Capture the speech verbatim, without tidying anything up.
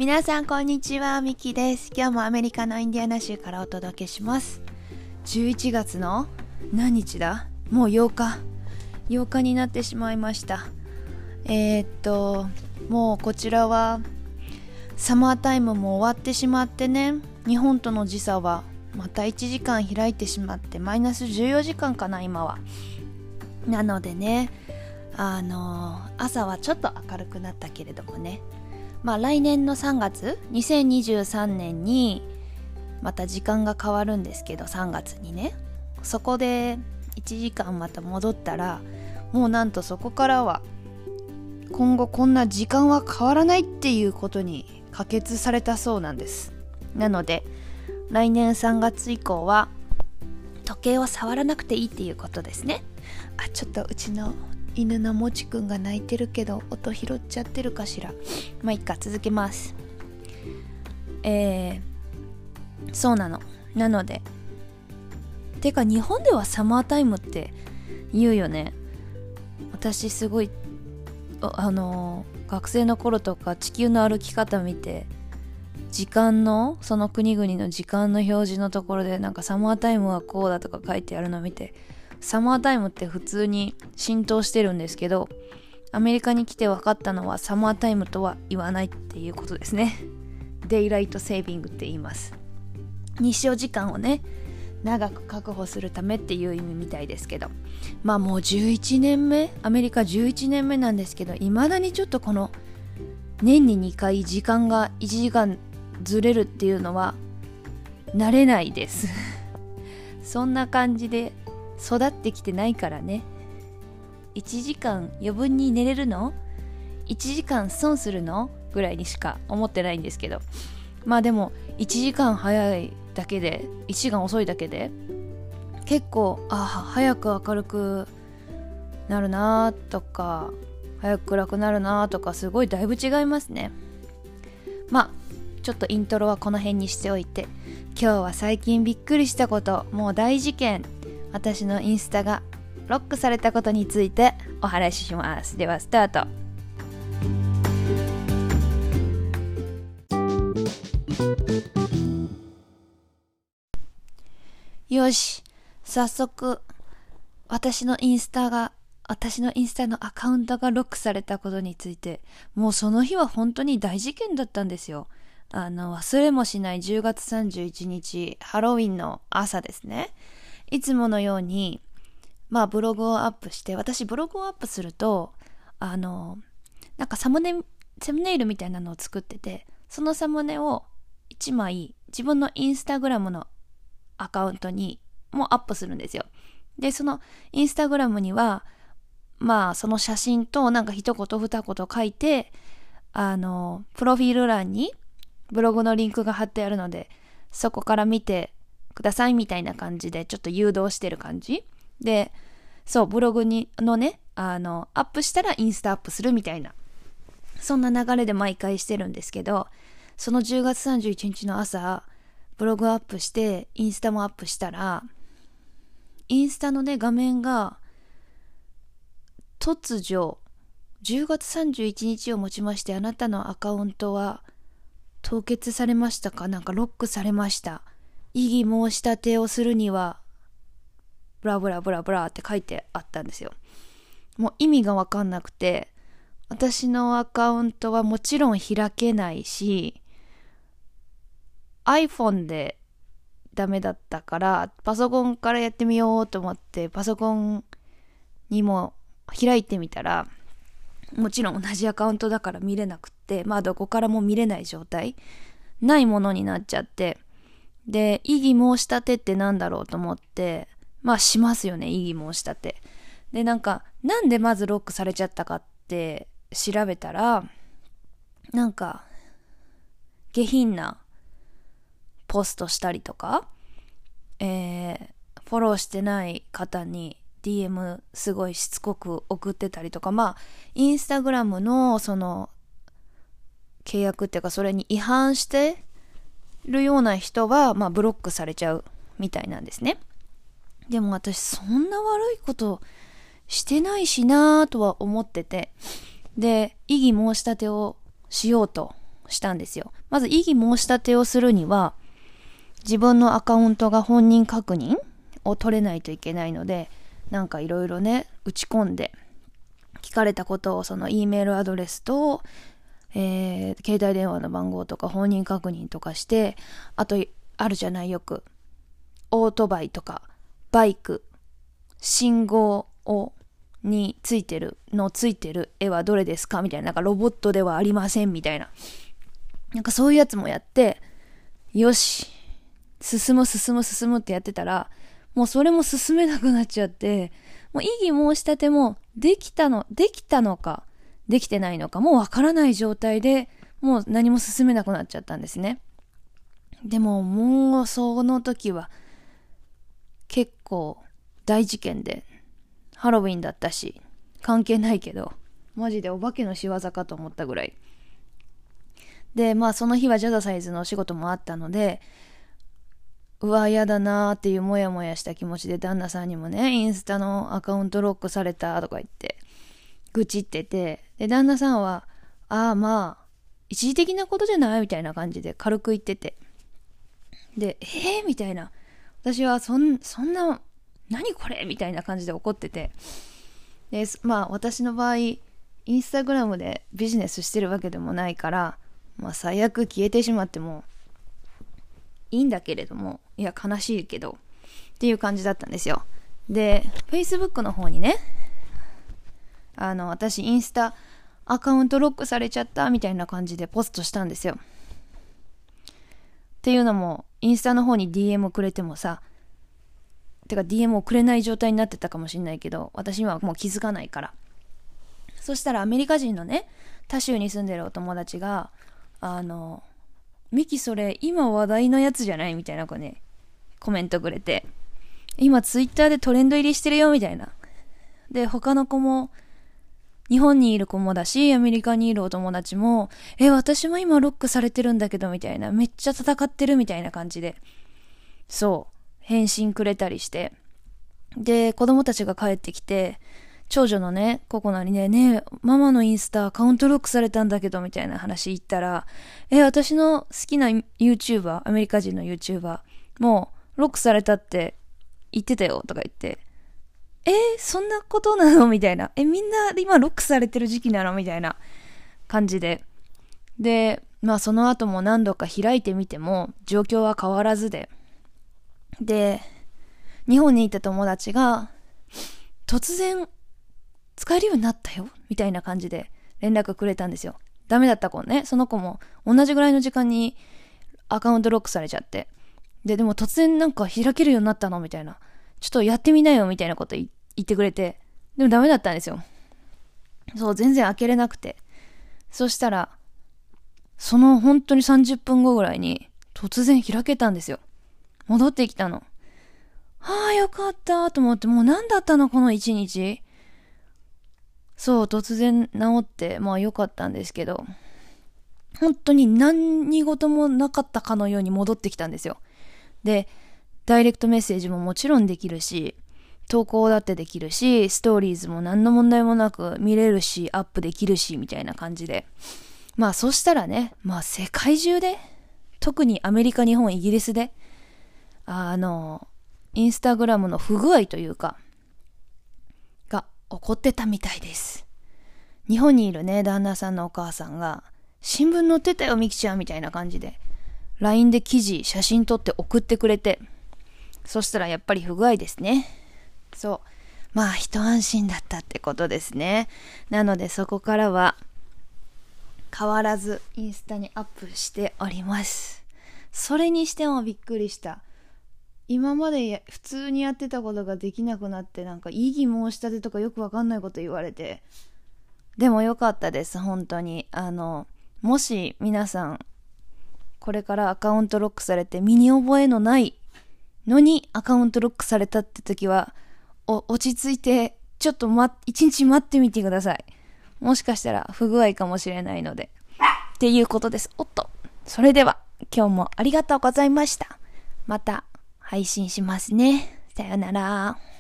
皆さんこんにちは、ミキです。今日もアメリカのインディアナ州からお届けします。じゅういちがつの何日だ？もうようかようかになってしまいました。えー、っともうこちらはサマータイムも終わってしまってね、日本との時差はまたいちじかん開いてしまって、マイナスじゅうよじかんかな今は。なのでね、あのー、朝はちょっと明るくなったけれどもね、まあ来年のさんがつにせんにじゅうさんねんにまた時間が変わるんですけど、さんがつにね、そこでいちじかんまた戻ったら、もうなんとそこからは今後こんな時間は変わらないっていうことに可決されたそうなんです。なので来年さんがつ以降は時計を触らなくていいっていうことですね。あ、ちょっとうちの犬のもちくんが泣いてるけど音拾っちゃってるかしら。まあいいか、続けます。えー、そうなの。なのでてか日本ではサマータイムって言うよね。私すごいあの学生の頃とか地球の歩き方見て、時間のその国々の時間の表示のところでなんかサマータイムはこうだとか書いてあるのを見て、サマータイムって普通に浸透してるんですけど、アメリカに来て分かったのはサマータイムとは言わないっていうことですね。デイライトセービングって言います。日照時間をね長く確保するためっていう意味みたいですけど、まあもうじゅういちねんめ、アメリカじゅういちねんめなんですけど、いまだにちょっとこの年ににかい時間がいちじかんずれるっていうのは慣れないですそんな感じで育ってきてないからね。いちじかん余分に寝れるの？ いち 時間損するの？ぐらいにしか思ってないんですけど、まあでもいちじかん早いだけで、いちじかん遅いだけで結構あ早く明るくなるなとか早く暗くなるなとか、すごいだいぶ違いますね。まあちょっとイントロはこの辺にしておいて、今日は最近びっくりしたこと、もう大事件、私のインスタがロックされたことについてお話しします。ではスタート。よし、早速私のインスタが私のインスタのアカウントがロックされたことについて、もうその日は本当に大事件だったんですよ。あの忘れもしないじゅうがつさんじゅういちにち、ハロウィンの朝ですね。いつものようにまあブログをアップして、私ブログをアップするとあのなんかサムネサムネイルみたいなのを作ってて、そのサムネをいちまい自分のインスタグラムのアカウントにもアップするんですよ。でそのインスタグラムにはまあその写真となんか一言二言書いて、あのプロフィール欄にブログのリンクが貼ってあるので、そこから見てくださいみたいな感じでちょっと誘導してる感じで、そうブログにのねあのアップしたらインスタアップするみたいな、そんな流れで毎回してるんですけど、そのじゅうがつさんじゅういちにちの朝ブログアップしてインスタもアップしたら、インスタのね画面が突如じゅうがつさんじゅういちにちをもちまして、あなたのアカウントは凍結されましたか、なんかロックされました、異議申し立てをするにはブラブラブラブラって書いてあったんですよ。もう意味が分かんなくて、私のアカウントはもちろん開けないし、 iPhone でダメだったからパソコンからやってみようと思ってパソコンにも開いてみたら、もちろん同じアカウントだから見れなくって、まあどこからも見れない状態、ないものになっちゃって、で異議申し立てってなんだろうと思って、まあしますよね、異議申し立てで、なんかなんでまずロックされちゃったかって調べたら、なんか下品なポストしたりとか、えー、フォローしてない方に ディーエム すごいしつこく送ってたりとか、まあインスタグラムのその契約っていうかそれに違反してるような人はまあブロックされちゃうみたいなんですね。でも私そんな悪いことしてないしなぁとは思ってて、で異議申し立てをしようとしたんですよ。まず異議申し立てをするには、自分のアカウントが本人確認を取れないといけないので、なんかいろいろね、打ち込んで、聞かれたことをその E メールアドレスと、えー、携帯電話の番号とか本人確認とかして、あとあるじゃない、よくオートバイとかバイク、信号をについてるのついてる絵はどれですかみたいな、なんかロボットではありませんみたいな、なんかそういうやつもやって、よし進む進む進むってやってたら、もうそれも進めなくなっちゃって、もう異議申し立てもできたのできたのかできてないのかもうわからない状態で、もう何も進めなくなっちゃったんですね。でももうその時は結構大事件で、ハロウィンだったし関係ないけど、マジでお化けの仕業かと思ったぐらいで、まあその日はジャザサイズのお仕事もあったので、うわ嫌だなーっていうモヤモヤした気持ちで、旦那さんにもね、インスタのアカウントロックされたとか言って愚痴ってて、で旦那さんはああまあ一時的なことじゃないみたいな感じで軽く言ってて、でえーみたいな、私はそんそんな何これみたいな感じで怒ってて、でまあ私の場合インスタグラムでビジネスしてるわけでもないから、まあ最悪消えてしまってもいいんだけれども、いや悲しいけどっていう感じだったんですよ。で Facebook の方にね、あの私インスタアカウントロックされちゃったみたいな感じでポストしたんですよ。っていうのもインスタの方に ディーエム くれてもさ、てか ディーエム をくれない状態になってたかもしれないけど、私はもう気づかないから。そしたらアメリカ人のね、他州に住んでるお友達が、あのミキそれ今話題のやつじゃないみたいな子ね、コメントくれて、今ツイッターでトレンド入りしてるよみたいな。で他の子も、日本にいる子もだしアメリカにいるお友達も、え私も今ロックされてるんだけどみたいな、めっちゃ戦ってるみたいな感じで、そう返信くれたりして、で子供たちが帰ってきて、長女のねココナにね、ねえママのインスタアカウントロックされたんだけどみたいな話言ったら、え私の好きな YouTuber、 アメリカ人の YouTuber もうロックされたって言ってたよとか言って、えー、そんなことなのみたいな、えみんな今ロックされてる時期なのみたいな感じで、でまあその後も何度か開いてみても状況は変わらずで、で日本にいた友達が突然使えるようになったよみたいな感じで連絡くれたんですよ。ダメだった子ね、その子も同じぐらいの時間にアカウントロックされちゃって、ででも突然なんか開けるようになったのみたいな、ちょっとやってみなよみたいなこと言ってくれて、でもダメだったんですよ。そう全然開けれなくて、そしたらその本当にさんじゅっぷんごぐらいに突然開けたんですよ。戻ってきたの。はあよかったと思って、もう何だったのこの一日。そう突然治って、まあよかったんですけど、本当に何事もなかったかのように戻ってきたんですよ。でダイレクトメッセージももちろんできるし、投稿だってできるし、ストーリーズも何の問題もなく見れるし、アップできるしみたいな感じで、まあそしたらね、まあ世界中で、特にアメリカ、日本、イギリスであのインスタグラムの不具合というかが起こってたみたいです。日本にいるね旦那さんのお母さんが、新聞載ってたよミキちゃんみたいな感じで ライン で記事写真撮って送ってくれて、そしたらやっぱり不具合ですね。そうまあ一安心だったってことですね。なのでそこからは変わらずインスタにアップしております。それにしてもびっくりした。今まで普通にやってたことができなくなって、なんか異議申し立てとかよくわかんないこと言われて、でもよかったです本当に。あのもし皆さんこれからアカウントロックされて身に覚えのないのにアカウントロックされたって時は、お落ち着いてちょっとま一日待ってみてください。もしかしたら不具合かもしれないのでっていうことです。おっと、それでは今日もありがとうございました。また配信しますね。さよなら。